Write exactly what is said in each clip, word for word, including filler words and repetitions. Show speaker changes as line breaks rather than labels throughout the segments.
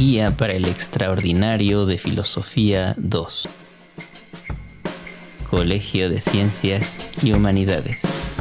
Guía para el Extraordinario de Filosofía dos. Colegio de Ciencias y Humanidades.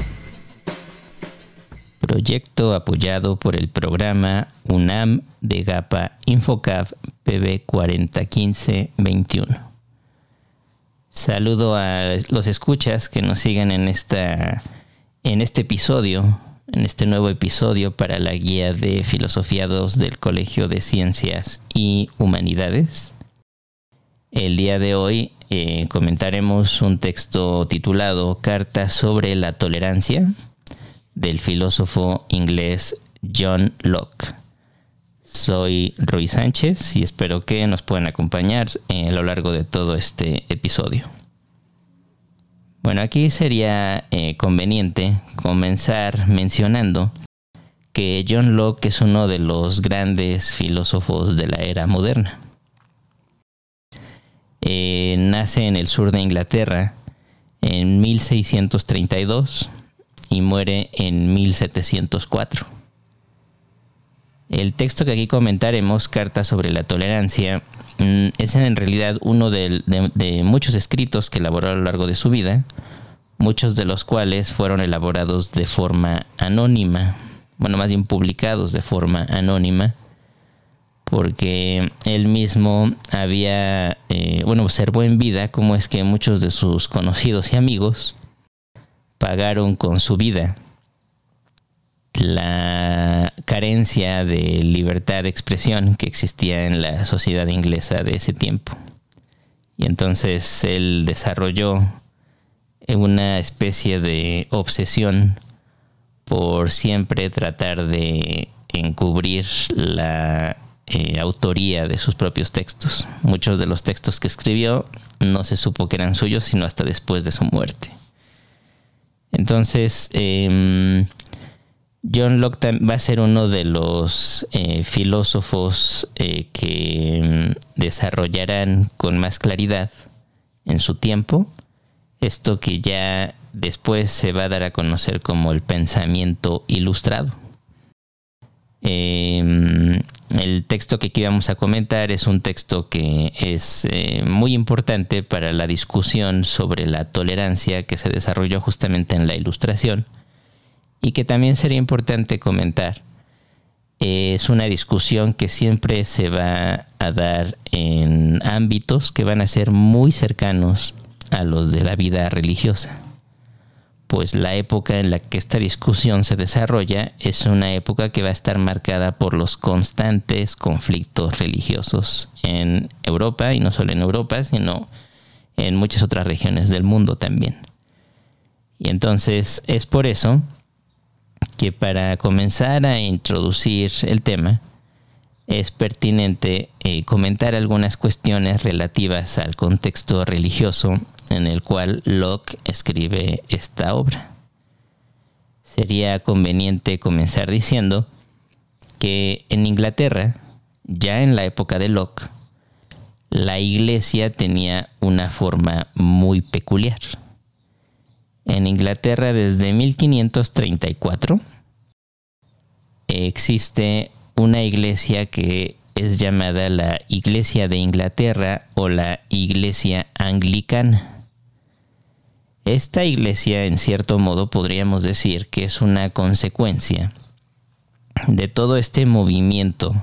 Proyecto apoyado por el programa UNAM de GAPA Infocab P B cuarenta quince veintiuno. Saludo a los escuchas que nos sigan en esta en este episodio, en este nuevo episodio para la guía de Filosofía dos del Colegio de Ciencias y Humanidades. El día de hoy eh, comentaremos un texto titulado Carta sobre la tolerancia del filósofo inglés John Locke. Soy Rui Sánchez y espero que nos puedan acompañar eh, a lo largo de todo este episodio. Bueno, aquí sería eh, conveniente comenzar mencionando que John Locke es uno de los grandes filósofos de la era moderna. Eh, nace en el sur de Inglaterra en mil seiscientos treinta y dos y muere en mil setecientos cuatro. El texto que aquí comentaremos, Carta sobre la tolerancia, es en realidad uno de, de, de muchos escritos que elaboró a lo largo de su vida, muchos de los cuales fueron elaborados de forma anónima, bueno, más bien publicados de forma anónima, porque él mismo había, eh, bueno, observó en vida cómo es que muchos de sus conocidos y amigos pagaron con su vida la carencia de libertad de expresión que existía en la sociedad inglesa de ese tiempo. Y entonces él desarrolló una especie de obsesión por siempre tratar de encubrir la eh, autoría de sus propios textos. Muchos de los textos que escribió no se supo que eran suyos sino hasta después de su muerte. Entonces, eh, John Locke va a ser uno de los eh, filósofos eh, que desarrollarán con más claridad en su tiempo esto que ya después se va a dar a conocer como el pensamiento ilustrado. Eh, el texto que aquí vamos a comentar es un texto que es eh, muy importante para la discusión sobre la tolerancia que se desarrolló justamente en la Ilustración. Y que también sería importante comentar, es una discusión que siempre se va a dar en ámbitos que van a ser muy cercanos a los de la vida religiosa. Pues la época en la que esta discusión se desarrolla es una época que va a estar marcada por los constantes conflictos religiosos en Europa, y no solo en Europa, sino en muchas otras regiones del mundo también. Y entonces es por eso que para comenzar a introducir el tema es pertinente eh, comentar algunas cuestiones relativas al contexto religioso en el cual Locke escribe esta obra. Sería conveniente comenzar diciendo que en Inglaterra, ya en la época de Locke, la iglesia tenía una forma muy peculiar. En Inglaterra, desde mil quinientos treinta y cuatro, existe una iglesia que es llamada la Iglesia de Inglaterra o la Iglesia Anglicana. Esta iglesia, en cierto modo, podríamos decir que es una consecuencia de todo este movimiento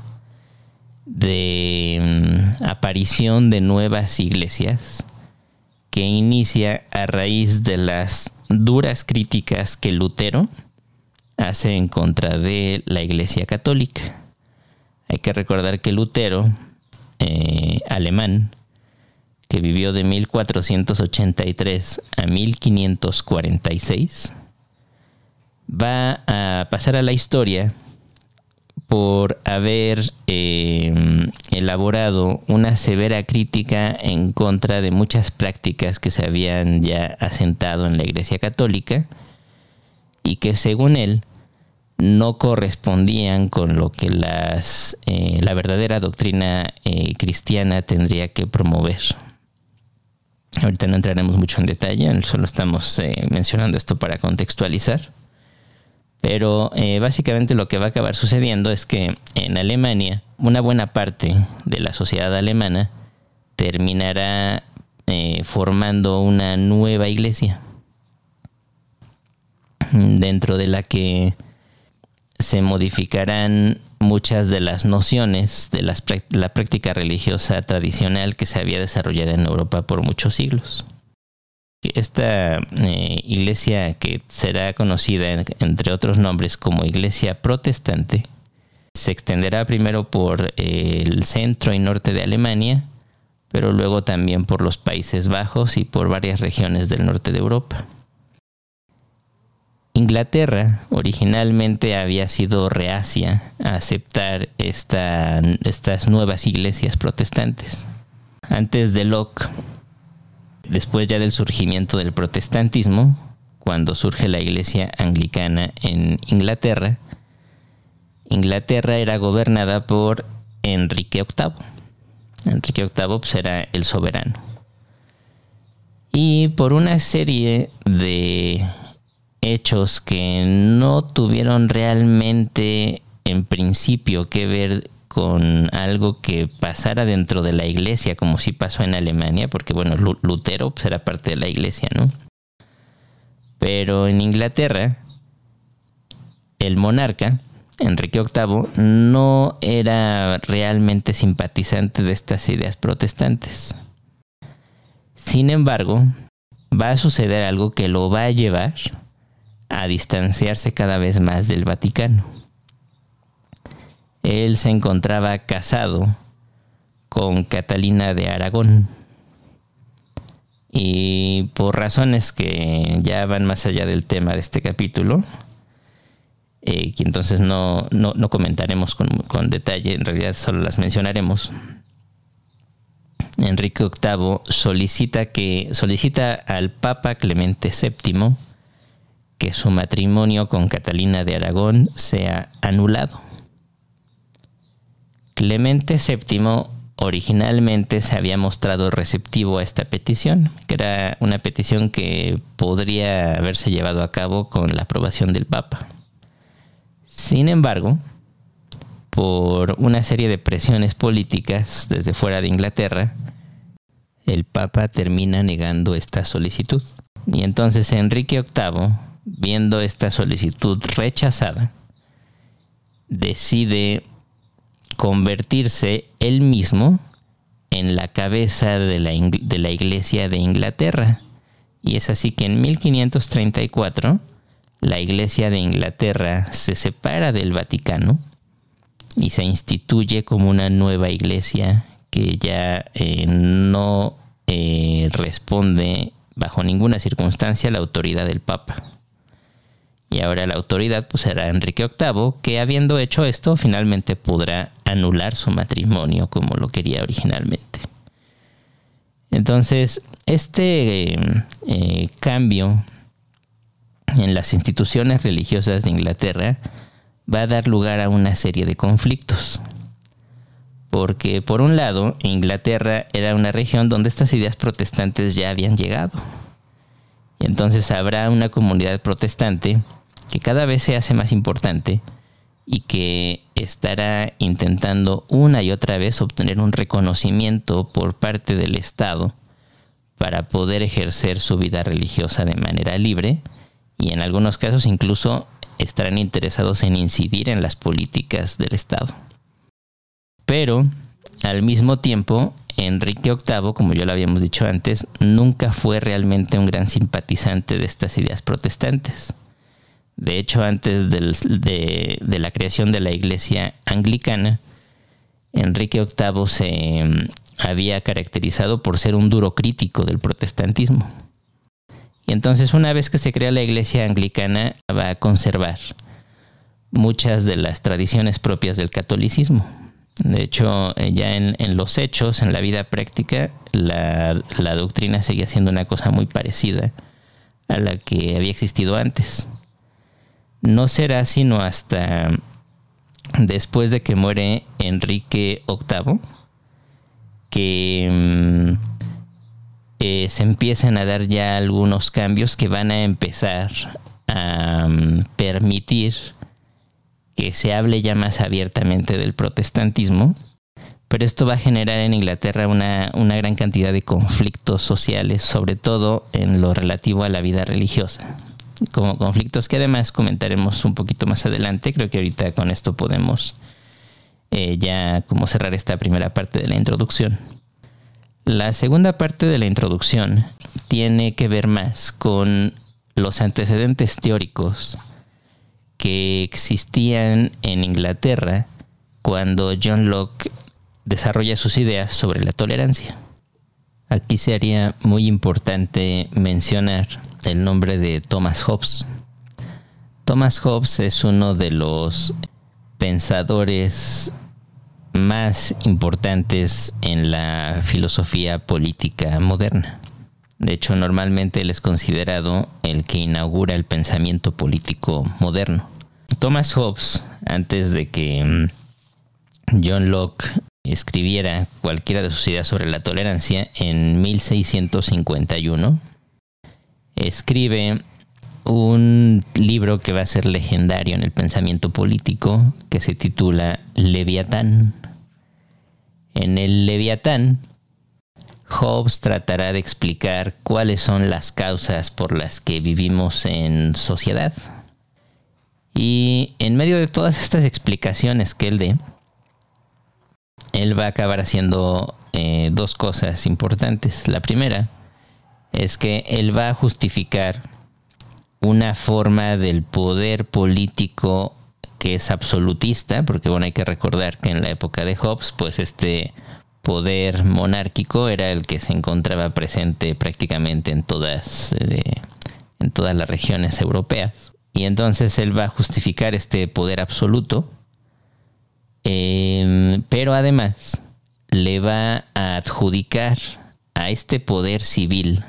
de um, aparición de nuevas iglesias que inicia a raíz de las duras críticas que Lutero hace en contra de la Iglesia Católica. Hay que recordar que Lutero, eh, alemán, que vivió de mil cuatrocientos ochenta y tres a mil quinientos cuarenta y seis, va a pasar a la historia por haber eh, elaborado una severa crítica en contra de muchas prácticas que se habían ya asentado en la Iglesia Católica y que, según él, no correspondían con lo que las, eh, la verdadera doctrina eh, cristiana tendría que promover. Ahorita no entraremos mucho en detalle, solo estamos eh, mencionando esto para contextualizar. Pero eh, básicamente lo que va a acabar sucediendo es que en Alemania una buena parte de la sociedad alemana terminará eh, formando una nueva iglesia, dentro de la que se modificarán muchas de las nociones de las, la práctica religiosa tradicional que se había desarrollado en Europa por muchos siglos. Esta eh, iglesia, que será conocida entre otros nombres como iglesia protestante, se extenderá primero por eh, el centro y norte de Alemania, pero luego también por los Países Bajos y por varias regiones del norte de Europa. Inglaterra originalmente había sido reacia a aceptar esta, estas nuevas iglesias protestantes. Antes de Locke, después ya del surgimiento del protestantismo, cuando surge la iglesia anglicana en Inglaterra, Inglaterra era gobernada por Enrique octavo. Enrique octavo pues, era el soberano. Y por una serie de hechos que no tuvieron realmente en principio que ver con algo que pasara dentro de la iglesia, como sí pasó en Alemania, porque bueno, Lutero pues, era parte de la iglesia, ¿no? Pero en Inglaterra, el monarca, Enrique octavo, no era realmente simpatizante de estas ideas protestantes. Sin embargo, va a suceder algo que lo va a llevar a distanciarse cada vez más del Vaticano. Él se encontraba casado con Catalina de Aragón, y por razones que ya van más allá del tema de este capítulo, eh, que entonces no, no, no comentaremos con, con detalle, en realidad solo las mencionaremos, Enrique octavo solicita, que, solicita al Papa Clemente séptimo que su matrimonio con Catalina de Aragón sea anulado. Clemente séptimo originalmente se había mostrado receptivo a esta petición, que era una petición que podría haberse llevado a cabo con la aprobación del Papa. Sin embargo, por una serie de presiones políticas desde fuera de Inglaterra, el Papa termina negando esta solicitud. Y entonces Enrique octavo, viendo esta solicitud rechazada, decide convertirse él mismo en la cabeza de la, de la Iglesia de Inglaterra. Y es así que en mil quinientos treinta y cuatro la Iglesia de Inglaterra se separa del Vaticano y se instituye como una nueva iglesia que ya eh, no eh, responde bajo ninguna circunstancia a la autoridad del Papa. Y ahora la autoridad pues será Enrique octavo, que habiendo hecho esto finalmente podrá anular su matrimonio como lo quería originalmente. Entonces, este eh, eh, cambio en las instituciones religiosas de Inglaterra va a dar lugar a una serie de conflictos. Porque por un lado, Inglaterra era una región donde estas ideas protestantes ya habían llegado. Y entonces habrá una comunidad protestante que cada vez se hace más importante y que estará intentando una y otra vez obtener un reconocimiento por parte del Estado para poder ejercer su vida religiosa de manera libre, y en algunos casos incluso estarán interesados en incidir en las políticas del Estado. Pero al mismo tiempo, Enrique octavo, como ya lo habíamos dicho antes, nunca fue realmente un gran simpatizante de estas ideas protestantes. De hecho, antes del, de, de la creación de la Iglesia anglicana, Enrique octavo se um, había caracterizado por ser un duro crítico del protestantismo. Y entonces, una vez que se crea la Iglesia anglicana, va a conservar muchas de las tradiciones propias del catolicismo. De hecho, ya en, en los hechos, en la vida práctica, la, la doctrina seguía siendo una cosa muy parecida a la que había existido antes. No será sino hasta después de que muere Enrique octavo que mmm, eh, se empiezan a dar ya algunos cambios que van a empezar a um, permitir que se hable ya más abiertamente del protestantismo, pero esto va a generar en Inglaterra una, una gran cantidad de conflictos sociales, sobre todo en lo relativo a la vida religiosa, como conflictos que además comentaremos un poquito más adelante. Creo que ahorita con esto podemos eh, ya como cerrar esta primera parte de la introducción. La segunda parte de la introducción tiene que ver más con los antecedentes teóricos que existían en Inglaterra cuando John Locke desarrolla sus ideas sobre la tolerancia. Aquí sería muy importante mencionar el nombre de Thomas Hobbes. Thomas Hobbes es uno de los pensadores más importantes en la filosofía política moderna. De hecho, normalmente él es considerado el que inaugura el pensamiento político moderno. Thomas Hobbes, antes de que John Locke escribiera cualquiera de sus ideas sobre la tolerancia, en mil seiscientos cincuenta y uno, escribe un libro que va a ser legendario en el pensamiento político, que se titula Leviatán. En el Leviatán, Hobbes tratará de explicar cuáles son las causas por las que vivimos en sociedad. Y en medio de todas estas explicaciones que él dé, él va a acabar haciendo eh, dos cosas importantes. La primera es que él va a justificar una forma del poder político que es absolutista, porque bueno, hay que recordar que en la época de Hobbes, pues este poder monárquico era el que se encontraba presente prácticamente en todas, eh, en todas las regiones europeas. Y entonces él va a justificar este poder absoluto, eh, pero además le va a adjudicar a este poder civil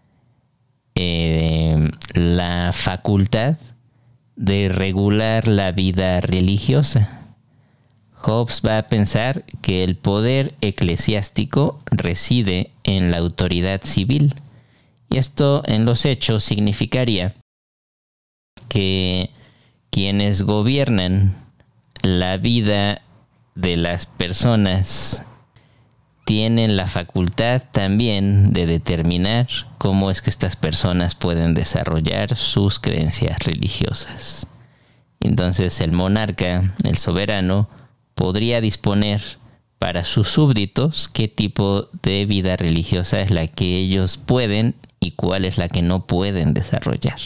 eh, la facultad de regular la vida religiosa. Hobbes va a pensar que el poder eclesiástico reside en la autoridad civil, y esto en los hechos significaría que quienes gobiernan la vida de las personas tienen la facultad también de determinar cómo es que estas personas pueden desarrollar sus creencias religiosas. Entonces el monarca, el soberano, podría disponer para sus súbditos qué tipo de vida religiosa es la que ellos pueden y cuál es la que no pueden desarrollar.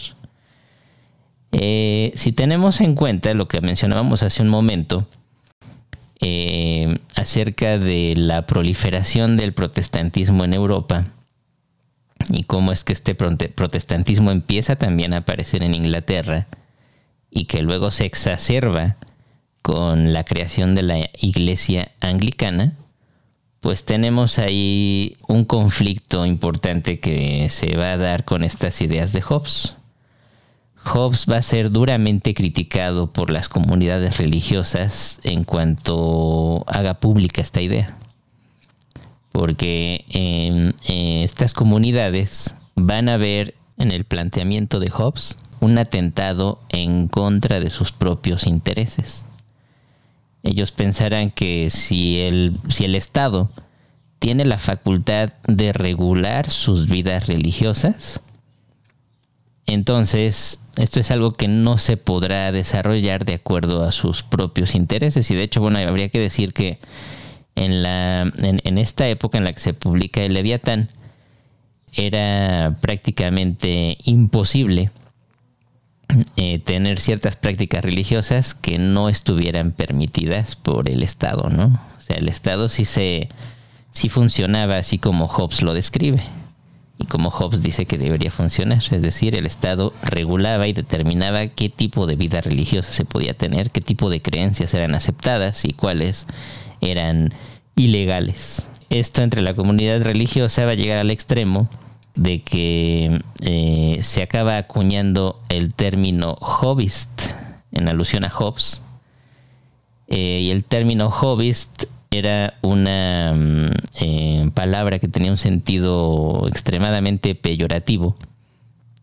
Eh, si tenemos en cuenta lo que mencionábamos hace un momento, eh, acerca de la proliferación del protestantismo en Europa y cómo es que este protestantismo empieza también a aparecer en Inglaterra y que luego se exacerba con la creación de la Iglesia Anglicana, pues tenemos ahí un conflicto importante que se va a dar con estas ideas de Hobbes. Hobbes va a ser duramente criticado por las comunidades religiosas en cuanto haga pública esta idea, porque en, en estas comunidades van a ver en el planteamiento de Hobbes un atentado en contra de sus propios intereses. Ellos pensarán que si el, si el Estado tiene la facultad de regular sus vidas religiosas, entonces esto es algo que no se podrá desarrollar de acuerdo a sus propios intereses. Y de hecho, bueno, habría que decir que en, la, en, en esta época en la que se publica el Leviatán, era prácticamente imposible Eh, tener ciertas prácticas religiosas que no estuvieran permitidas por el Estado, ¿no? O sea, el Estado sí se sí funcionaba así como Hobbes lo describe y como Hobbes dice que debería funcionar, es decir, el Estado regulaba y determinaba qué tipo de vida religiosa se podía tener, qué tipo de creencias eran aceptadas y cuáles eran ilegales. Esto entre la comunidad religiosa va a llegar al extremo de que eh, se acaba acuñando el término Hobbist en alusión a Hobbes, eh, y el término Hobbist era una eh, palabra que tenía un sentido extremadamente peyorativo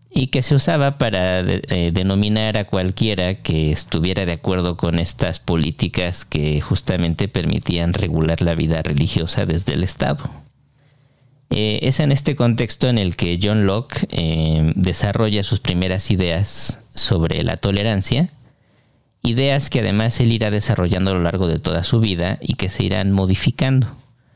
y que se usaba para de, eh, denominar a cualquiera que estuviera de acuerdo con estas políticas que justamente permitían regular la vida religiosa desde el Estado. Eh, es en este contexto en el que John Locke eh, desarrolla sus primeras ideas sobre la tolerancia, ideas que además él irá desarrollando a lo largo de toda su vida y que se irán modificando.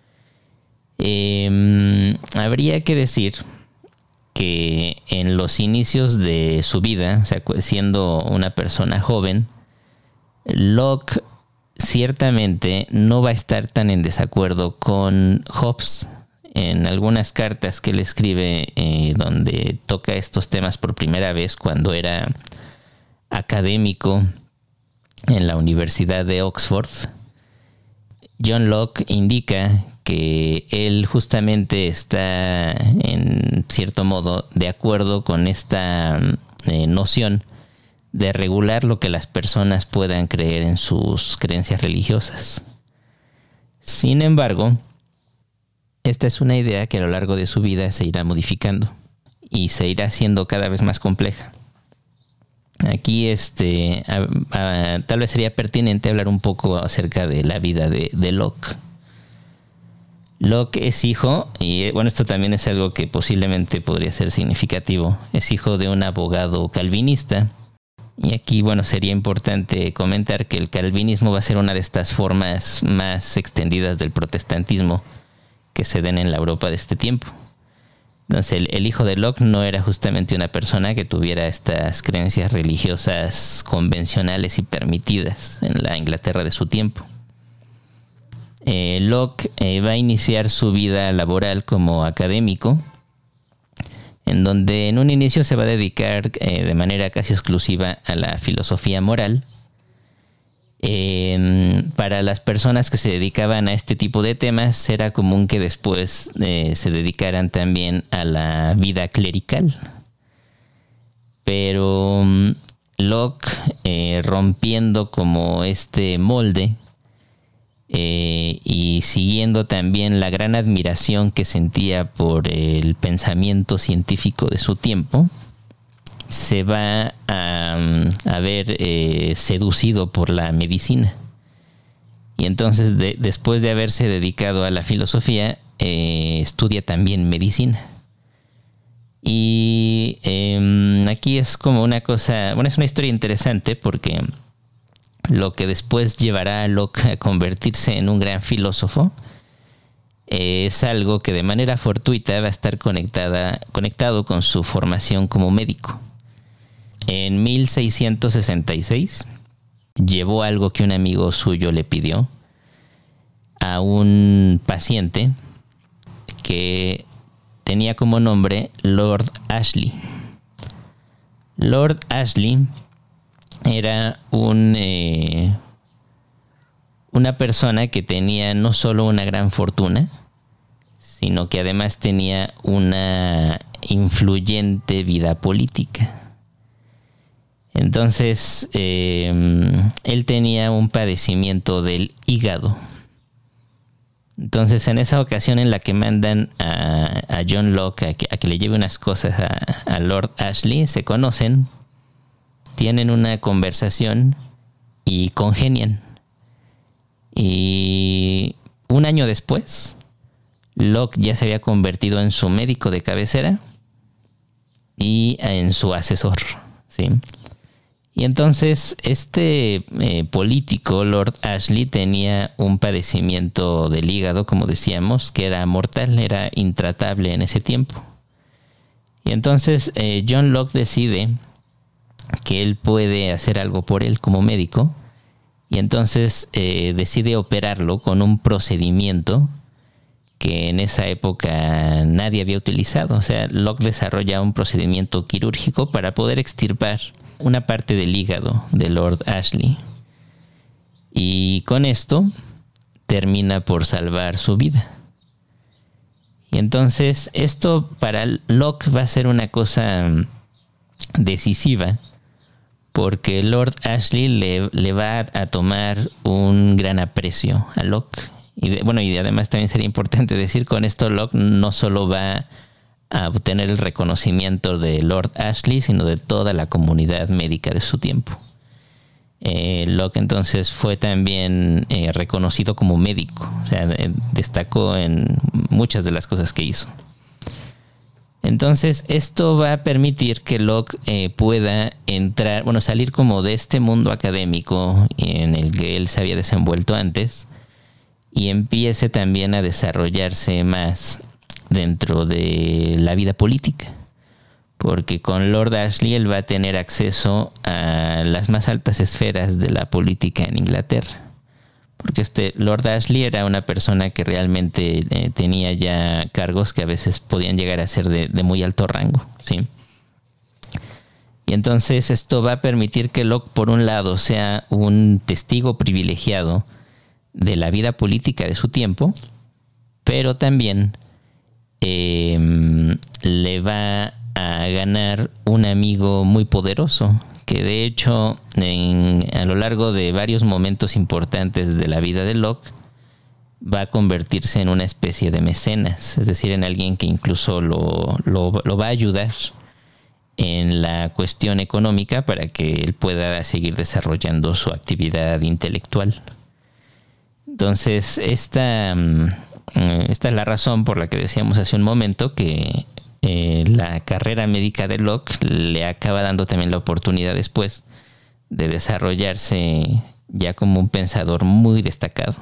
Eh, habría que decir que en los inicios de su vida, o sea, siendo una persona joven, Locke ciertamente no va a estar tan en desacuerdo con Hobbes. En algunas cartas que él escribe eh, donde toca estos temas por primera vez cuando era académico en la Universidad de Oxford, John Locke indica que él justamente está en cierto modo de acuerdo con esta eh, noción de regular lo que las personas puedan creer en sus creencias religiosas. Sin embargo, esta es una idea que a lo largo de su vida se irá modificando y se irá haciendo cada vez más compleja. Aquí este, a, a, tal vez sería pertinente hablar un poco acerca de la vida de, de Locke. Locke es hijo, y bueno, esto también es algo que posiblemente podría ser significativo, es hijo de un abogado calvinista. Y aquí, bueno, sería importante comentar que el calvinismo va a ser una de estas formas más extendidas del protestantismo que se den en la Europa de este tiempo. Entonces, el, el hijo de Locke no era justamente una persona que tuviera estas creencias religiosas convencionales y permitidas en la Inglaterra de su tiempo. Eh, Locke eh, va a iniciar su vida laboral como académico, en donde en un inicio se va a dedicar eh, de manera casi exclusiva a la filosofía moral. Eh, para las personas que se dedicaban a este tipo de temas era común que después eh, se dedicaran también a la vida clerical. Pero Locke, eh, rompiendo como este molde, Eh, y siguiendo también la gran admiración que sentía por el pensamiento científico de su tiempo, se va a, a ver eh, seducido por la medicina. Y entonces, de, después de haberse dedicado a la filosofía, eh, estudia también medicina. Y eh, aquí es como una cosa, bueno, es una historia interesante porque lo que después llevará a Locke a convertirse en un gran filósofo eh, es algo que de manera fortuita va a estar conectada, conectado con su formación como médico. En mil seiscientos sesenta y seis llevó algo que un amigo suyo le pidió a un paciente que tenía como nombre Lord Ashley. Lord Ashley era un, eh, una persona que tenía no solo una gran fortuna, sino que además tenía una influyente vida política. Entonces, eh, él tenía un padecimiento del hígado. Entonces, en esa ocasión en la que mandan a, a John Locke a que, a que le lleve unas cosas a, a Lord Ashley, se conocen, tienen una conversación y congenian. Y un año después, Locke ya se había convertido en su médico de cabecera y en su asesor, ¿sí? Y entonces este eh, político, Lord Ashley, tenía un padecimiento del hígado, como decíamos, que era mortal, era intratable en ese tiempo. Y entonces eh, John Locke decide que él puede hacer algo por él como médico, y entonces eh, decide operarlo con un procedimiento que en esa época nadie había utilizado. O sea, Locke desarrolla un procedimiento quirúrgico para poder extirpar una parte del hígado de Lord Ashley. Y con esto termina por salvar su vida. Y entonces esto para Locke va a ser una cosa decisiva, porque Lord Ashley le, le va a tomar un gran aprecio a Locke. Y de, bueno, y además también sería importante decir, con esto Locke no solo va a obtener el reconocimiento de Lord Ashley, sino de toda la comunidad médica de su tiempo. Eh, Locke entonces fue también eh, reconocido como médico, o sea, eh, destacó en muchas de las cosas que hizo. Entonces esto va a permitir que Locke eh, pueda entrar, bueno, salir como de este mundo académico en el que él se había desenvuelto antes y empiece también a desarrollarse más dentro de la vida política. Porque con Lord Ashley él va a tener acceso a las más altas esferas de la política en Inglaterra. Porque este Lord Ashley era una persona que realmente eh, tenía ya cargos que a veces podían llegar a ser de, de muy alto rango, ¿sí? Y entonces esto va a permitir que Locke, por un lado, sea un testigo privilegiado de la vida política de su tiempo, pero también eh, le va a ganar un amigo muy poderoso, que de hecho en, a lo largo de varios momentos importantes de la vida de Locke va a convertirse en una especie de mecenas, es decir, en alguien que incluso lo, lo, lo va a ayudar en la cuestión económica para que él pueda seguir desarrollando su actividad intelectual. Entonces esta, esta es la razón por la que decíamos hace un momento que Eh, la carrera médica de Locke le acaba dando también la oportunidad después de desarrollarse ya como un pensador muy destacado.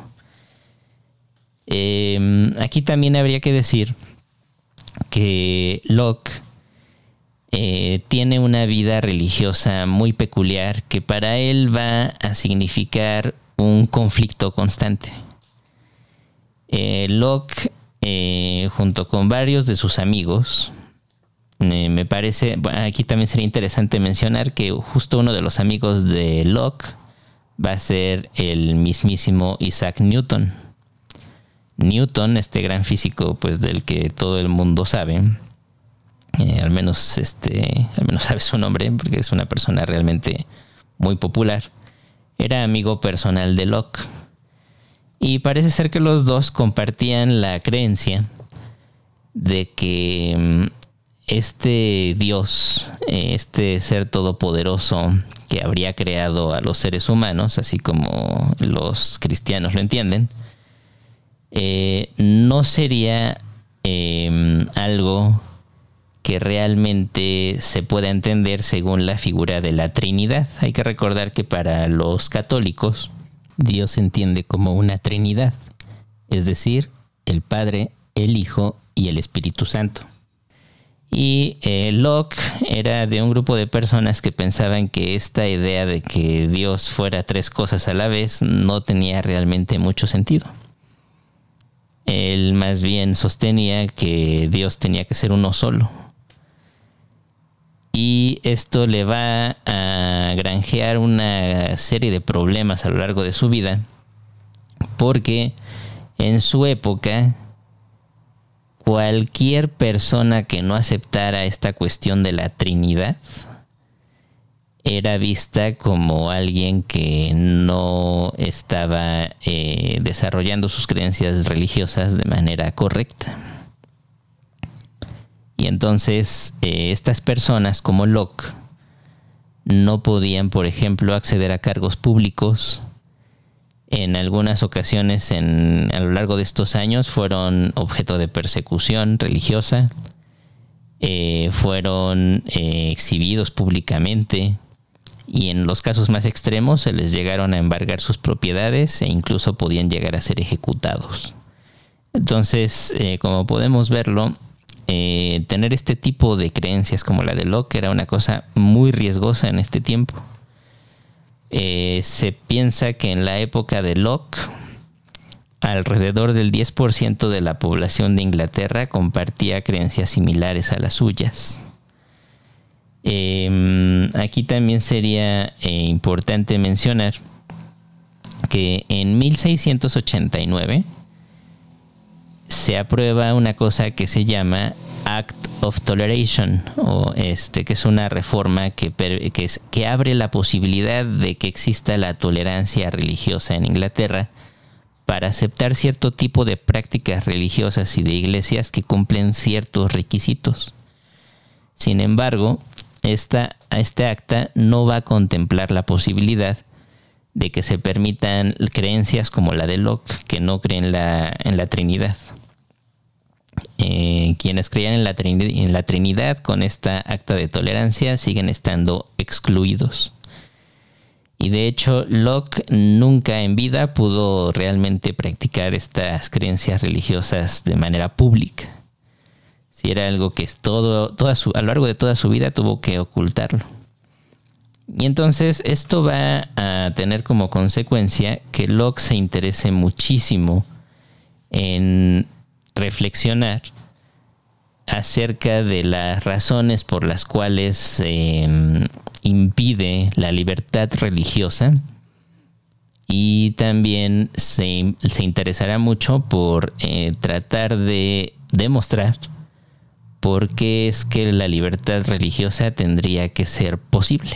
Eh, aquí también habría que decir que Locke eh, tiene una vida religiosa muy peculiar que para él va a significar un conflicto constante. Eh, Locke Eh, junto con varios de sus amigos, eh, me parece, bueno, aquí también sería interesante mencionar que justo uno de los amigos de Locke va a ser el mismísimo Isaac Newton. Newton, este gran físico, pues del que todo el mundo sabe, eh, al menos este, al menos sabe su nombre, porque es una persona realmente muy popular. Era amigo personal de Locke. Y parece ser que los dos compartían la creencia de que este Dios, este ser todopoderoso que habría creado a los seres humanos, así como los cristianos lo entienden, eh, no sería eh, algo que realmente se pueda entender según la figura de la Trinidad. Hay que recordar que para los católicos Dios se entiende como una Trinidad, es decir, el Padre, el Hijo y el Espíritu Santo. Y eh, Locke era de un grupo de personas que pensaban que esta idea de que Dios fuera tres cosas a la vez no tenía realmente mucho sentido. Él más bien sostenía que Dios tenía que ser uno solo. Y esto le va a granjear una serie de problemas a lo largo de su vida, porque en su época cualquier persona que no aceptara esta cuestión de la Trinidad era vista como alguien que no estaba eh, desarrollando sus creencias religiosas de manera correcta. Y entonces eh, estas personas como Locke no podían, por ejemplo, acceder a cargos públicos. En algunas ocasiones en, a lo largo de estos años fueron objeto de persecución religiosa, eh, fueron eh, exhibidos públicamente y en los casos más extremos se les llegaron a embargar sus propiedades e incluso podían llegar a ser ejecutados. Entonces, eh, como podemos verlo, Eh, tener este tipo de creencias como la de Locke era una cosa muy riesgosa en este tiempo. Eh, se piensa que en la época de Locke, alrededor del diez por ciento de la población de Inglaterra compartía creencias similares a las suyas. Eh, aquí también sería eh, importante mencionar que en mil seiscientos ochenta y nueve se aprueba una cosa que se llama Act of Toleration, o este, que es una reforma que, que, es, que abre la posibilidad de que exista la tolerancia religiosa en Inglaterra para aceptar cierto tipo de prácticas religiosas y de iglesias que cumplen ciertos requisitos. Sin embargo, esta, este acta no va a contemplar la posibilidad de que se permitan creencias como la de Locke, que no creen la, en la Trinidad. Eh, quienes creían en la, trin- en la Trinidad con esta acta de tolerancia siguen estando excluidos. Y de hecho, Locke nunca en vida pudo realmente practicar estas creencias religiosas de manera pública. Si era algo que es todo, toda su, a lo largo de toda su vida tuvo que ocultarlo. Y entonces esto va a tener como consecuencia que Locke se interese muchísimo en reflexionar acerca de las razones por las cuales eh, impide la libertad religiosa, y también se, se interesará mucho por eh, tratar de demostrar por qué es que la libertad religiosa tendría que ser posible.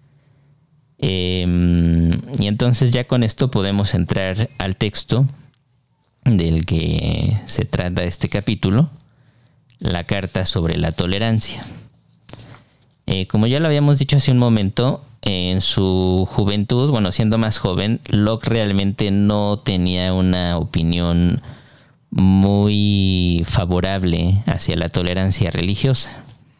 Eh, y entonces ya con esto podemos entrar al texto del que se trata este capítulo, la carta sobre la tolerancia. Eh, como ya lo habíamos dicho hace un momento, en su juventud, bueno, siendo más joven, Locke realmente no tenía una opinión muy favorable hacia la tolerancia religiosa.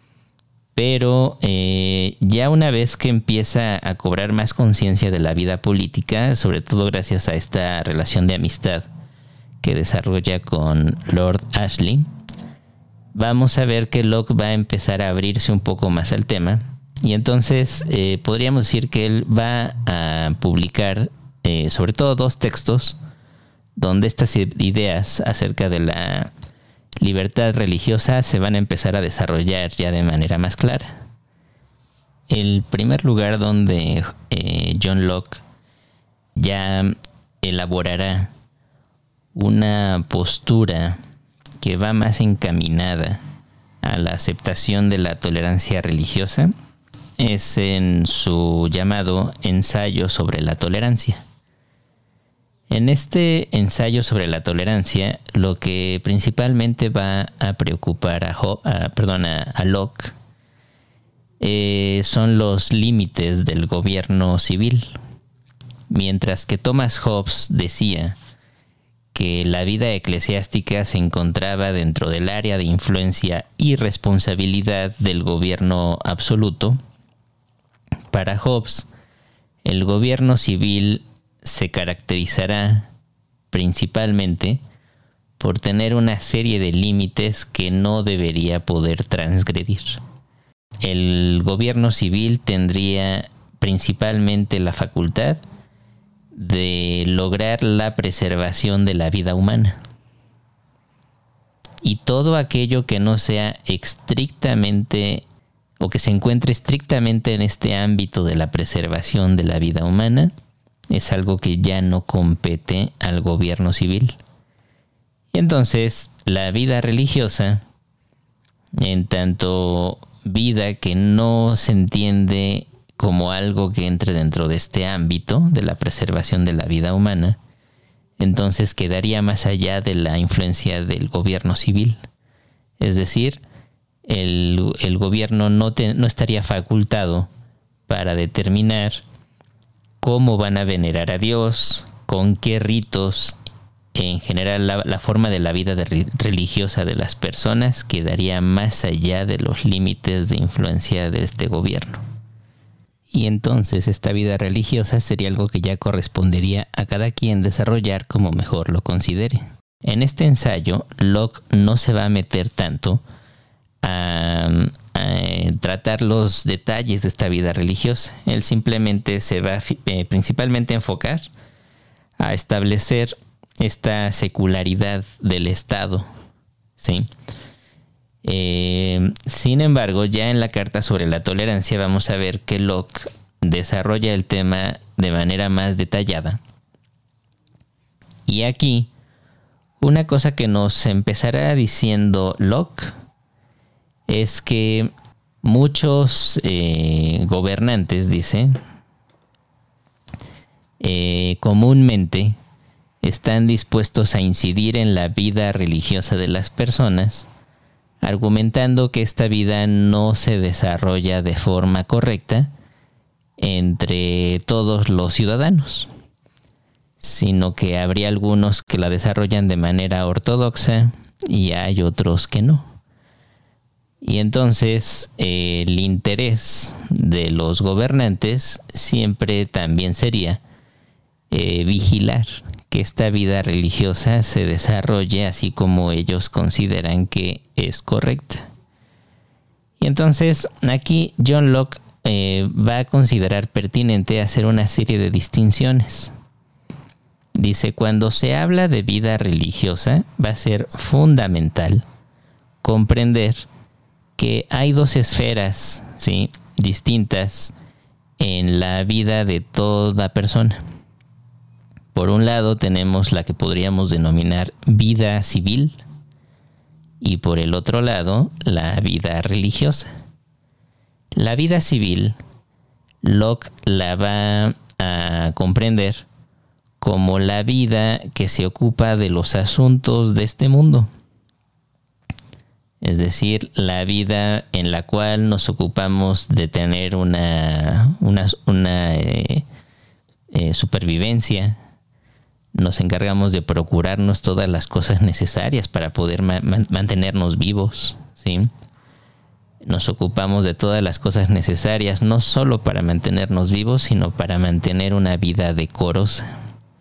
Pero eh, ya una vez que empieza a cobrar más conciencia de la vida política, sobre todo gracias a esta relación de amistad que desarrolla con Lord Ashley, vamos a ver que Locke va a empezar a abrirse un poco más al tema. Y entonces eh, podríamos decir que él va a publicar eh, sobre todo dos textos donde estas ideas acerca de la libertad religiosa se van a empezar a desarrollar ya de manera más clara. El primer lugar donde eh, John Locke ya elaborará una postura que va más encaminada a la aceptación de la tolerancia religiosa es en su llamado ensayo sobre la tolerancia. En este ensayo sobre la tolerancia, lo que principalmente va a preocupar a, Ho- a, perdón, a, a Locke eh, son los límites del gobierno civil. Mientras que Thomas Hobbes decía que la vida eclesiástica se encontraba dentro del área de influencia y responsabilidad del gobierno absoluto, para Hobbes, el gobierno civil se caracterizará principalmente por tener una serie de límites que no debería poder transgredir. El gobierno civil tendría principalmente la facultad de lograr la preservación de la vida humana. Y todo aquello que no sea estrictamente o que se encuentre estrictamente en este ámbito de la preservación de la vida humana es algo que ya no compete al gobierno civil. Y entonces la vida religiosa, en tanto vida que no se entiende como algo que entre dentro de este ámbito de la preservación de la vida humana, entonces quedaría más allá de la influencia del gobierno civil. Es decir, el, el gobierno no, te, no estaría facultado para determinar cómo van a venerar a Dios, con qué ritos, en general la, la forma de la vida de, religiosa de las personas quedaría más allá de los límites de influencia de este gobierno. Y entonces esta vida religiosa sería algo que ya correspondería a cada quien desarrollar como mejor lo considere. En este ensayo, Locke no se va a meter tanto a, a tratar los detalles de esta vida religiosa. Él simplemente se va eh, principalmente a enfocar a establecer esta secularidad del Estado, ¿sí? Eh, sin embargo, ya en la carta sobre la tolerancia vamos a ver que Locke desarrolla el tema de manera más detallada. Y aquí, una cosa que nos empezará diciendo Locke es que muchos eh, gobernantes, dice, eh, comúnmente están dispuestos a incidir en la vida religiosa de las personas, argumentando que esta vida no se desarrolla de forma correcta entre todos los ciudadanos, sino que habría algunos que la desarrollan de manera ortodoxa y hay otros que no. Y entonces eh, el interés de los gobernantes siempre también sería eh, vigilar que esta vida religiosa se desarrolle así como ellos consideran que es correcta. Y entonces aquí John Locke eh, va a considerar pertinente hacer una serie de distinciones. Dice, cuando se habla de vida religiosa, va a ser fundamental comprender que hay dos esferas, ¿sí?, distintas en la vida de toda persona. Por un lado tenemos la que podríamos denominar vida civil y por el otro lado la vida religiosa. La vida civil, Locke la va a comprender como la vida que se ocupa de los asuntos de este mundo. Es decir, la vida en la cual nos ocupamos de tener una, una, una eh, eh, supervivencia. Nos encargamos de procurarnos todas las cosas necesarias para poder ma- mantenernos vivos, ¿sí? Nos ocupamos de todas las cosas necesarias, no solo para mantenernos vivos, sino para mantener una vida decorosa.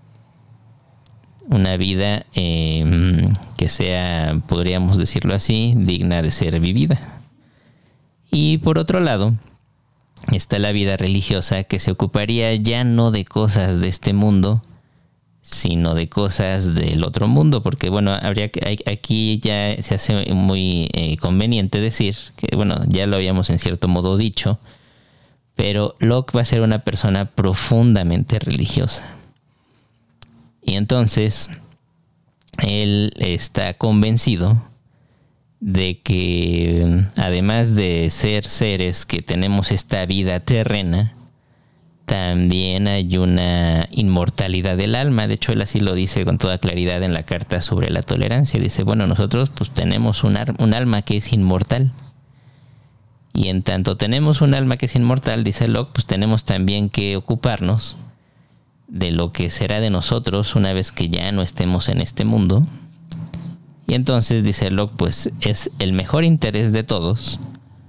Una vida eh, que sea, podríamos decirlo así, digna de ser vivida. Y por otro lado, está la vida religiosa, que se ocuparía ya no de cosas de este mundo, sino de cosas del otro mundo, porque bueno, habría que, aquí ya se hace muy eh, conveniente decir que bueno, ya lo habíamos en cierto modo dicho, pero Locke va a ser una persona profundamente religiosa. Y entonces él está convencido de que además de ser seres que tenemos esta vida terrena, también hay una inmortalidad del alma. De hecho, él así lo dice con toda claridad en la carta sobre la tolerancia. Dice, bueno, nosotros pues tenemos un, ar- un alma que es inmortal. Y en tanto tenemos un alma que es inmortal, dice Locke, pues tenemos también que ocuparnos de lo que será de nosotros una vez que ya no estemos en este mundo. Y entonces, dice Locke, pues es el mejor interés de todos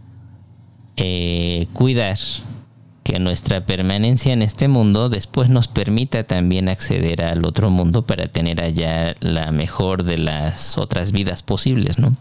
eh, cuidar que nuestra permanencia en este mundo después nos permita también acceder al otro mundo para tener allá la mejor de las otras vidas posibles, ¿no?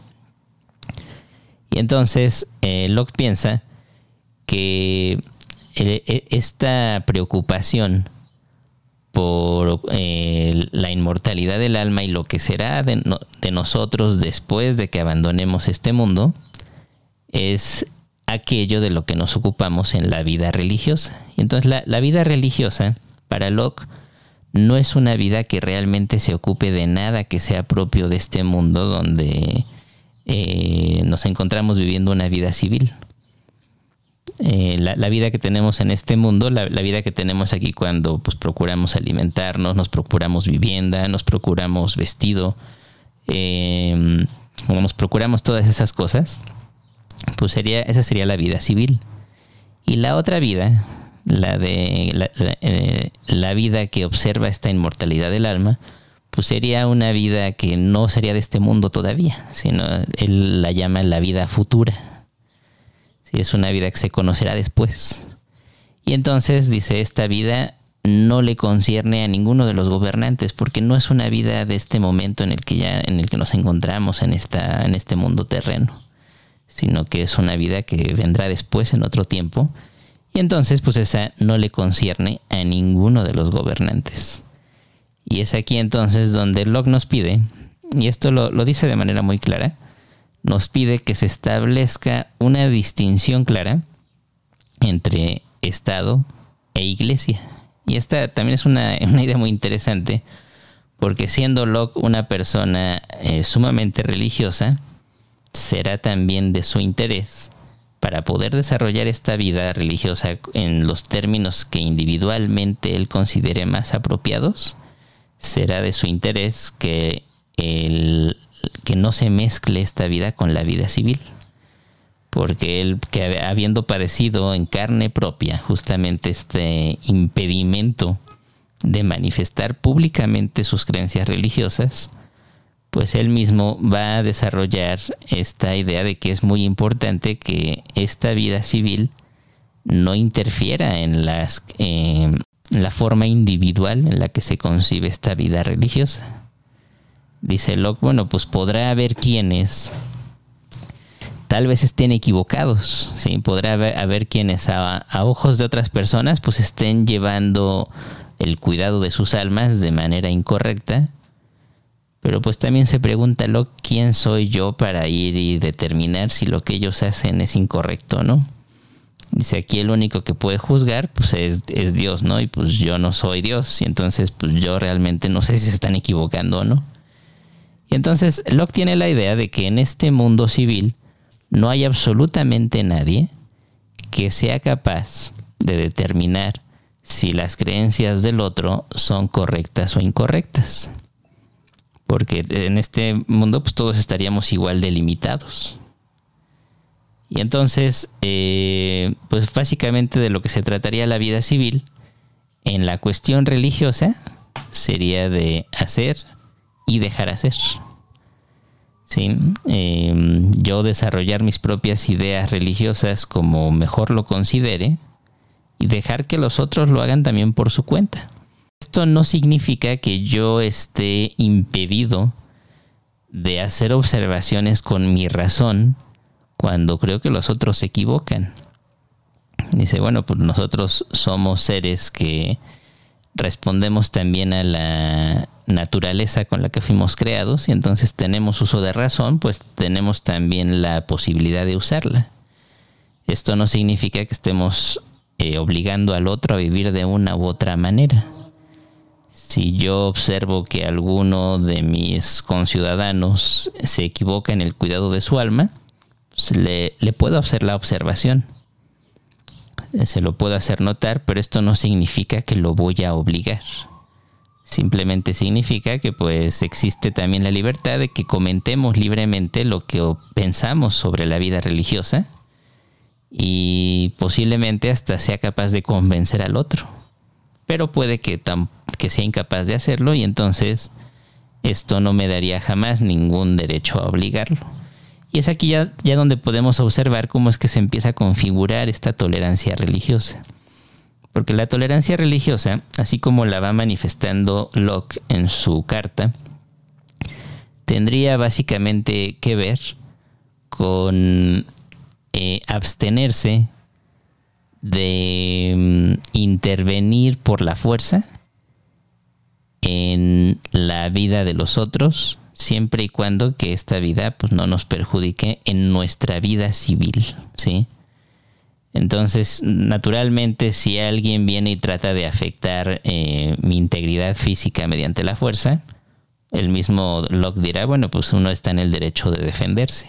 Y entonces eh, Locke piensa que eh, esta preocupación por eh, la inmortalidad del alma y lo que será de, no, de nosotros después de que abandonemos este mundo es aquello de lo que nos ocupamos en la vida religiosa. Y entonces la, la vida religiosa para Locke no es una vida que realmente se ocupe de nada que sea propio de este mundo donde eh, nos encontramos viviendo una vida civil. Eh, la, la vida que tenemos en este mundo, la, la vida que tenemos aquí cuando pues, procuramos alimentarnos, nos procuramos vivienda, nos procuramos vestido, eh, nos procuramos todas esas cosas, pues sería, esa sería la vida civil. Y la otra vida, la de la, la, eh, la vida que observa esta inmortalidad del alma, pues sería una vida que no sería de este mundo todavía, sino él la llama la vida futura. Sí, es una vida que se conocerá después. Y entonces dice, esta vida no le concierne a ninguno de los gobernantes, porque no es una vida de este momento en el que ya, en el que nos encontramos en esta, en este mundo terreno, sino que es una vida que vendrá después en otro tiempo. Y entonces, pues esa no le concierne a ninguno de los gobernantes. Y es aquí entonces donde Locke nos pide, y esto lo, lo dice de manera muy clara, nos pide que se establezca una distinción clara entre Estado e Iglesia. Y esta también es una, una idea muy interesante, porque siendo Locke una persona eh, sumamente religiosa, será también de su interés, para poder desarrollar esta vida religiosa en los términos que individualmente él considere más apropiados, será de su interés que, el, que no se mezcle esta vida con la vida civil. Porque él, que habiendo padecido en carne propia justamente este impedimento de manifestar públicamente sus creencias religiosas, pues él mismo va a desarrollar esta idea de que es muy importante que esta vida civil no interfiera en las, eh, la forma individual en la que se concibe esta vida religiosa. Dice Locke, bueno, pues podrá haber quienes tal vez estén equivocados, ¿sí? Podrá haber, haber quienes a, a ojos de otras personas pues estén llevando el cuidado de sus almas de manera incorrecta, pero pues también se pregunta Locke, ¿quién soy yo para ir y determinar si lo que ellos hacen es incorrecto o no? Dice, aquí el único que puede juzgar pues es, es Dios, ¿no? Y pues yo no soy Dios, y entonces pues yo realmente no sé si se están equivocando o no. Y entonces Locke tiene la idea de que en este mundo civil no hay absolutamente nadie que sea capaz de determinar si las creencias del otro son correctas o incorrectas. Porque en este mundo pues todos estaríamos igual de limitados. Y entonces, eh, pues básicamente de lo que se trataría la vida civil en la cuestión religiosa sería de hacer y dejar hacer. ¿Sí? Eh, yo desarrollar mis propias ideas religiosas como mejor lo considere y dejar que los otros lo hagan también por su cuenta. Esto no significa que yo esté impedido de hacer observaciones con mi razón cuando creo que los otros se equivocan. Dice, bueno, pues nosotros somos seres que respondemos también a la naturaleza con la que fuimos creados y entonces tenemos uso de razón, pues tenemos también la posibilidad de usarla. Esto no significa que estemos eh, obligando al otro a vivir de una u otra manera. Si yo observo que alguno de mis conciudadanos se equivoca en el cuidado de su alma, pues le, le puedo hacer la observación. Se lo puedo hacer notar, pero esto no significa que lo voy a obligar. Simplemente significa que pues existe también la libertad de que comentemos libremente lo que pensamos sobre la vida religiosa y posiblemente hasta sea capaz de convencer al otro. Pero puede que, tam- que sea incapaz de hacerlo y entonces esto no me daría jamás ningún derecho a obligarlo. Y es aquí ya, ya donde podemos observar cómo es que se empieza a configurar esta tolerancia religiosa. Porque la tolerancia religiosa, así como la va manifestando Locke en su carta, tendría básicamente que ver con eh, abstenerse de um, intervenir por la fuerza en la vida de los otros, siempre y cuando que esta vida pues no nos perjudique en nuestra vida civil, ¿sí? Entonces, naturalmente, si alguien viene y trata de afectar eh, mi integridad física mediante la fuerza, el mismo Locke dirá, bueno, pues uno está en el derecho de defenderse.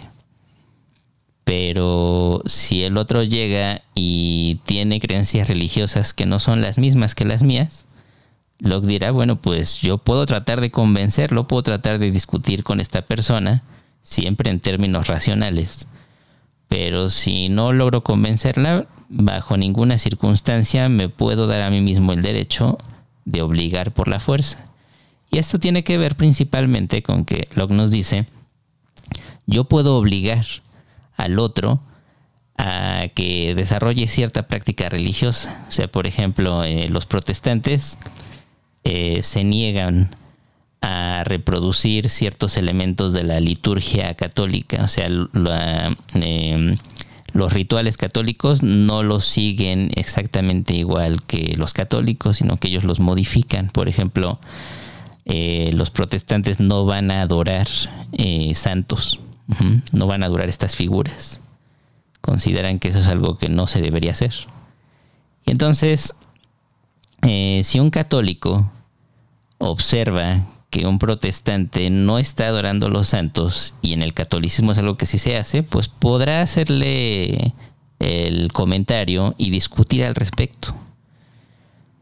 Pero si el otro llega y tiene creencias religiosas que no son las mismas que las mías, Locke dirá, bueno, pues yo puedo tratar de convencerlo, puedo tratar de discutir con esta persona, siempre en términos racionales. Pero si no logro convencerla, bajo ninguna circunstancia me puedo dar a mí mismo el derecho de obligar por la fuerza. Y esto tiene que ver principalmente con que Locke nos dice, yo puedo obligar al otro a que desarrolle cierta práctica religiosa. O sea, por ejemplo, eh, los protestantes eh, se niegan a reproducir ciertos elementos de la liturgia católica. O sea, la, eh, los rituales católicos no los siguen exactamente igual que los católicos, sino que ellos los modifican. Por ejemplo, eh, los protestantes no van a adorar eh, santos, uh-huh. no van a adorar estas figuras. Consideran que eso es algo que no se debería hacer. Y entonces, eh, si un católico observa que un protestante no está adorando a los santos y en el catolicismo es algo que sí se hace, pues podrá hacerle el comentario y discutir al respecto.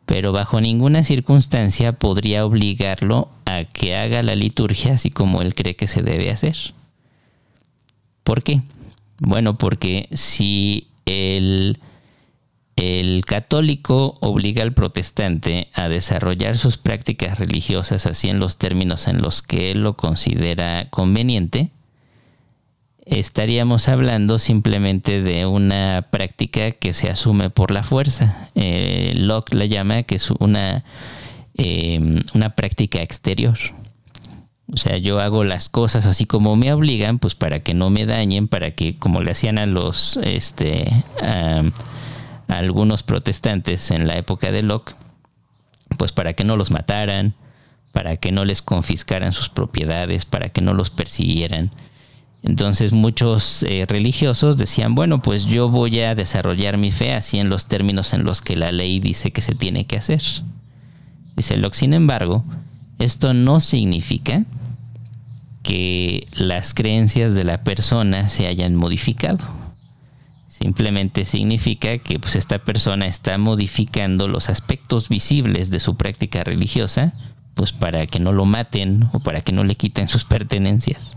pero bajo ninguna circunstancia podría obligarlo a que haga la liturgia así como él cree que se debe hacer. ¿Por qué? Bueno, porque si el, el católico obliga al protestante a desarrollar sus prácticas religiosas así en los términos en los que él lo considera conveniente, estaríamos hablando simplemente de una práctica que se asume por la fuerza. Eh, Locke la llama que es una, eh, una práctica exterior. O sea, yo hago las cosas así como me obligan, pues para que no me dañen, para que, como le hacían a los, este, a, a algunos protestantes en la época de Locke, pues para que no los mataran, para que no les confiscaran sus propiedades, para que no los persiguieran. Entonces muchos eh, religiosos decían, bueno, pues yo voy a desarrollar mi fe así en los términos en los que la ley dice que se tiene que hacer. Dice Locke, sin embargo, esto no significa que las creencias de la persona se hayan modificado. Simplemente significa que pues, esta persona está modificando los aspectos visibles de su práctica religiosa, pues para que no lo maten o para que no le quiten sus pertenencias.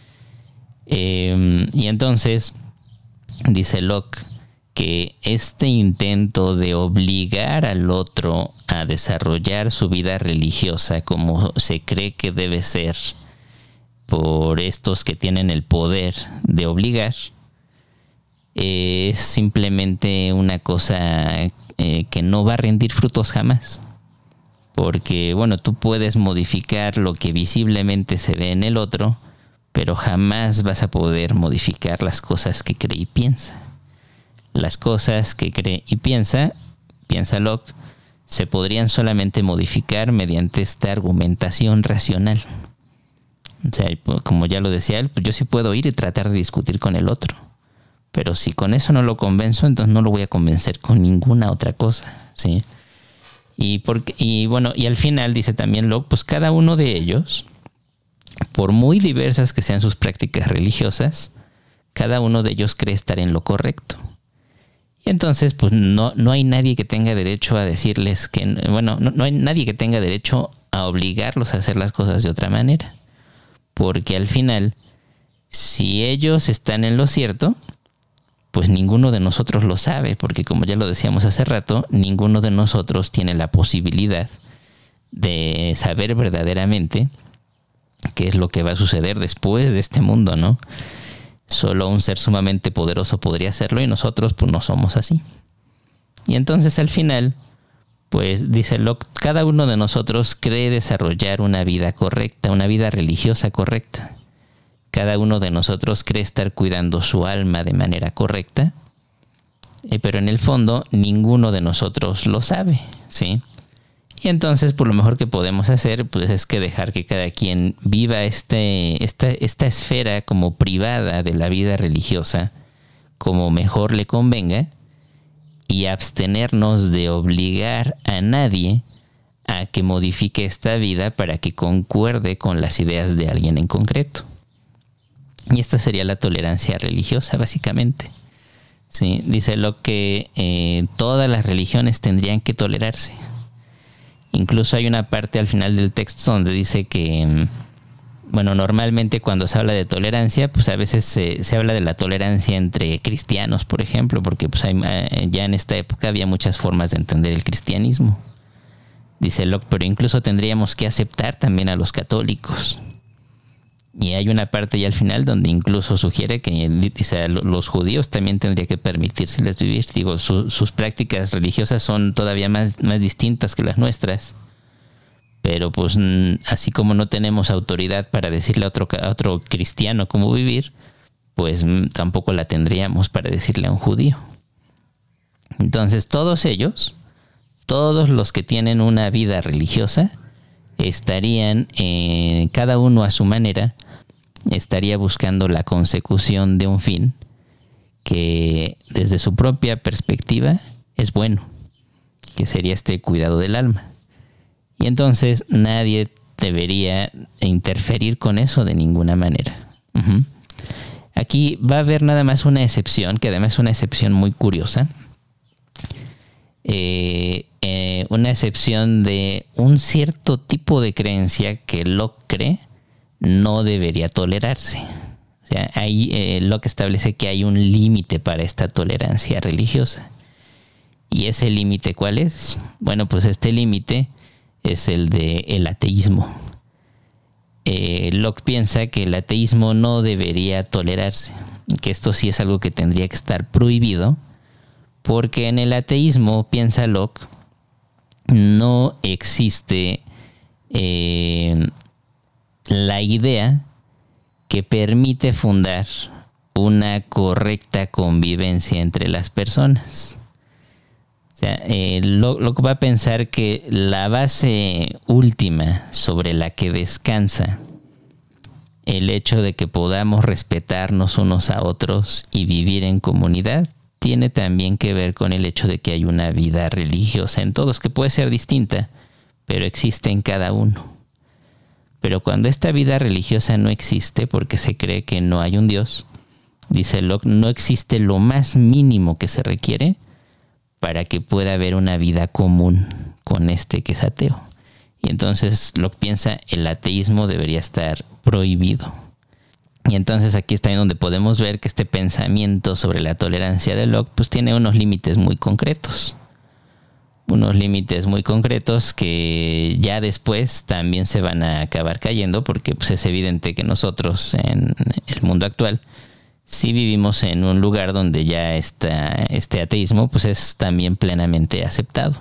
Eh, y entonces dice Locke que este intento de obligar al otro a desarrollar su vida religiosa como se cree que debe ser por estos que tienen el poder de obligar, eh, es simplemente una cosa eh, que no va a rendir frutos jamás. Porque, bueno, tú puedes modificar lo que visiblemente se ve en el otro, pero jamás vas a poder modificar las cosas que cree y piensa. Las cosas que cree y piensa, piensa Locke, se podrían solamente modificar mediante esta argumentación racional. O sea, como ya lo decía él, pues yo sí puedo ir y tratar de discutir con el otro. Pero si con eso no lo convenzo, entonces no lo voy a convencer con ninguna otra cosa, ¿sí? Y, porque, y bueno, y al final dice también Locke, pues cada uno de ellos, por muy diversas que sean sus prácticas religiosas, cada uno de ellos cree estar en lo correcto. Y entonces, pues no, no hay nadie que tenga derecho a decirles que, bueno, no, no hay nadie que tenga derecho a obligarlos a hacer las cosas de otra manera. Porque al final, si ellos están en lo cierto, pues ninguno de nosotros lo sabe, porque como ya lo decíamos hace rato, ninguno de nosotros tiene la posibilidad de saber verdaderamente qué es lo que va a suceder después de este mundo, ¿no? Solo un ser sumamente poderoso podría hacerlo y nosotros pues no somos así. Y entonces al final, pues dice Locke, cada uno de nosotros cree desarrollar una vida correcta, una vida religiosa correcta. Cada uno de nosotros cree estar cuidando su alma de manera correcta, eh, pero en el fondo ninguno de nosotros lo sabe, ¿sí? Y entonces, por lo mejor que podemos hacer, pues es que dejar que cada quien viva este, esta, esta esfera como privada de la vida religiosa, como mejor le convenga, y abstenernos de obligar a nadie a que modifique esta vida para que concuerde con las ideas de alguien en concreto. Y esta sería la tolerancia religiosa, básicamente. Sí, dice Locke que eh, todas las religiones tendrían que tolerarse. Incluso hay una parte al final del texto donde dice que, bueno, normalmente cuando se habla de tolerancia, pues a veces se, se habla de la tolerancia entre cristianos, por ejemplo, porque pues hay, ya en esta época había muchas formas de entender el cristianismo. Dice Locke, pero incluso tendríamos que aceptar también a los católicos. Y hay una parte ya al final donde incluso sugiere que dice, los judíos también tendría que permitírseles vivir. Digo, su, sus prácticas religiosas son todavía más, más distintas que las nuestras. Pero pues así como no tenemos autoridad para decirle a otro, a otro cristiano cómo vivir, pues tampoco la tendríamos para decirle a un judío. Entonces todos ellos, todos los que tienen una vida religiosa, estarían, eh, cada uno a su manera, estaría buscando la consecución de un fin que desde su propia perspectiva es bueno, que sería este cuidado del alma. Y entonces nadie debería interferir con eso de ninguna manera. Uh-huh. Aquí va a haber nada más una excepción, que además es una excepción muy curiosa. Eh, eh, una excepción de un cierto tipo de creencia que Locke cree no debería tolerarse. O sea, ahí eh, Locke establece que hay un límite para esta tolerancia religiosa. ¿Y ese límite cuál es? Bueno, pues este límite es el de el ateísmo. Eh, Locke piensa que el ateísmo no debería tolerarse, que esto sí es algo que tendría que estar prohibido, porque en el ateísmo, piensa Locke, no existe eh, la idea que permite fundar una correcta convivencia entre las personas. O sea, eh, Locke va a pensar que la base última sobre la que descansa el hecho de que podamos respetarnos unos a otros y vivir en comunidad tiene también que ver con el hecho de que hay una vida religiosa en todos, que puede ser distinta, pero existe en cada uno. Pero cuando esta vida religiosa no existe porque se cree que no hay un Dios, dice Locke, no existe lo más mínimo que se requiere para que pueda haber una vida común con este que es ateo. Y entonces Locke piensa el ateísmo debería estar prohibido. Y entonces aquí está en donde podemos ver que este pensamiento sobre la tolerancia de Locke pues tiene unos límites muy concretos. Unos límites muy concretos que ya después también se van a acabar cayendo porque pues es evidente que nosotros en el mundo actual sí vivimos en un lugar donde ya está este ateísmo pues es también plenamente aceptado.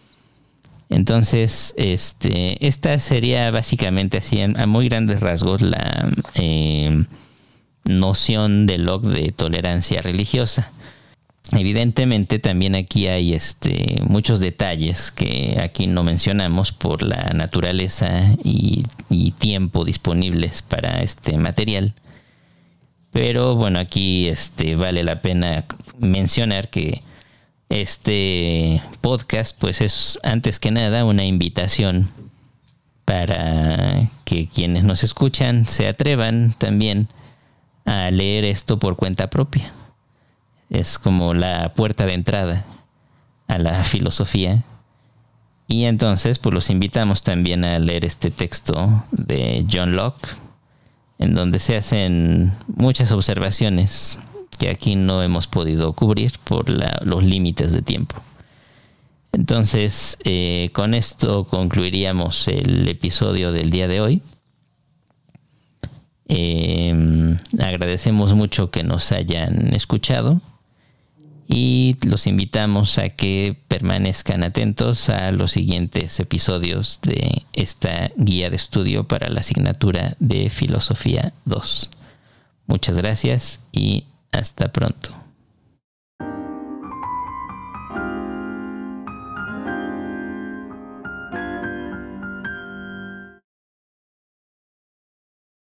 Entonces, este, esta sería básicamente así a muy grandes rasgos la eh, noción de Locke de tolerancia religiosa. Evidentemente también aquí hay este, muchos detalles que aquí no mencionamos por la naturaleza y, y tiempo disponibles para este material. Pero bueno, aquí este, vale la pena mencionar que este podcast pues es antes que nada una invitación para que quienes nos escuchan se atrevan también a leer esto por cuenta propia. Es como la puerta de entrada a la filosofía. Y entonces pues los invitamos también a leer este texto de John Locke, en donde se hacen muchas observaciones que aquí no hemos podido cubrir por la, los límites de tiempo. Entonces, eh, con esto concluiríamos el episodio del día de hoy. Eh, agradecemos mucho que nos hayan escuchado y los invitamos a que permanezcan atentos a los siguientes episodios de esta guía de estudio para la asignatura de Filosofía dos. Muchas gracias y hasta pronto.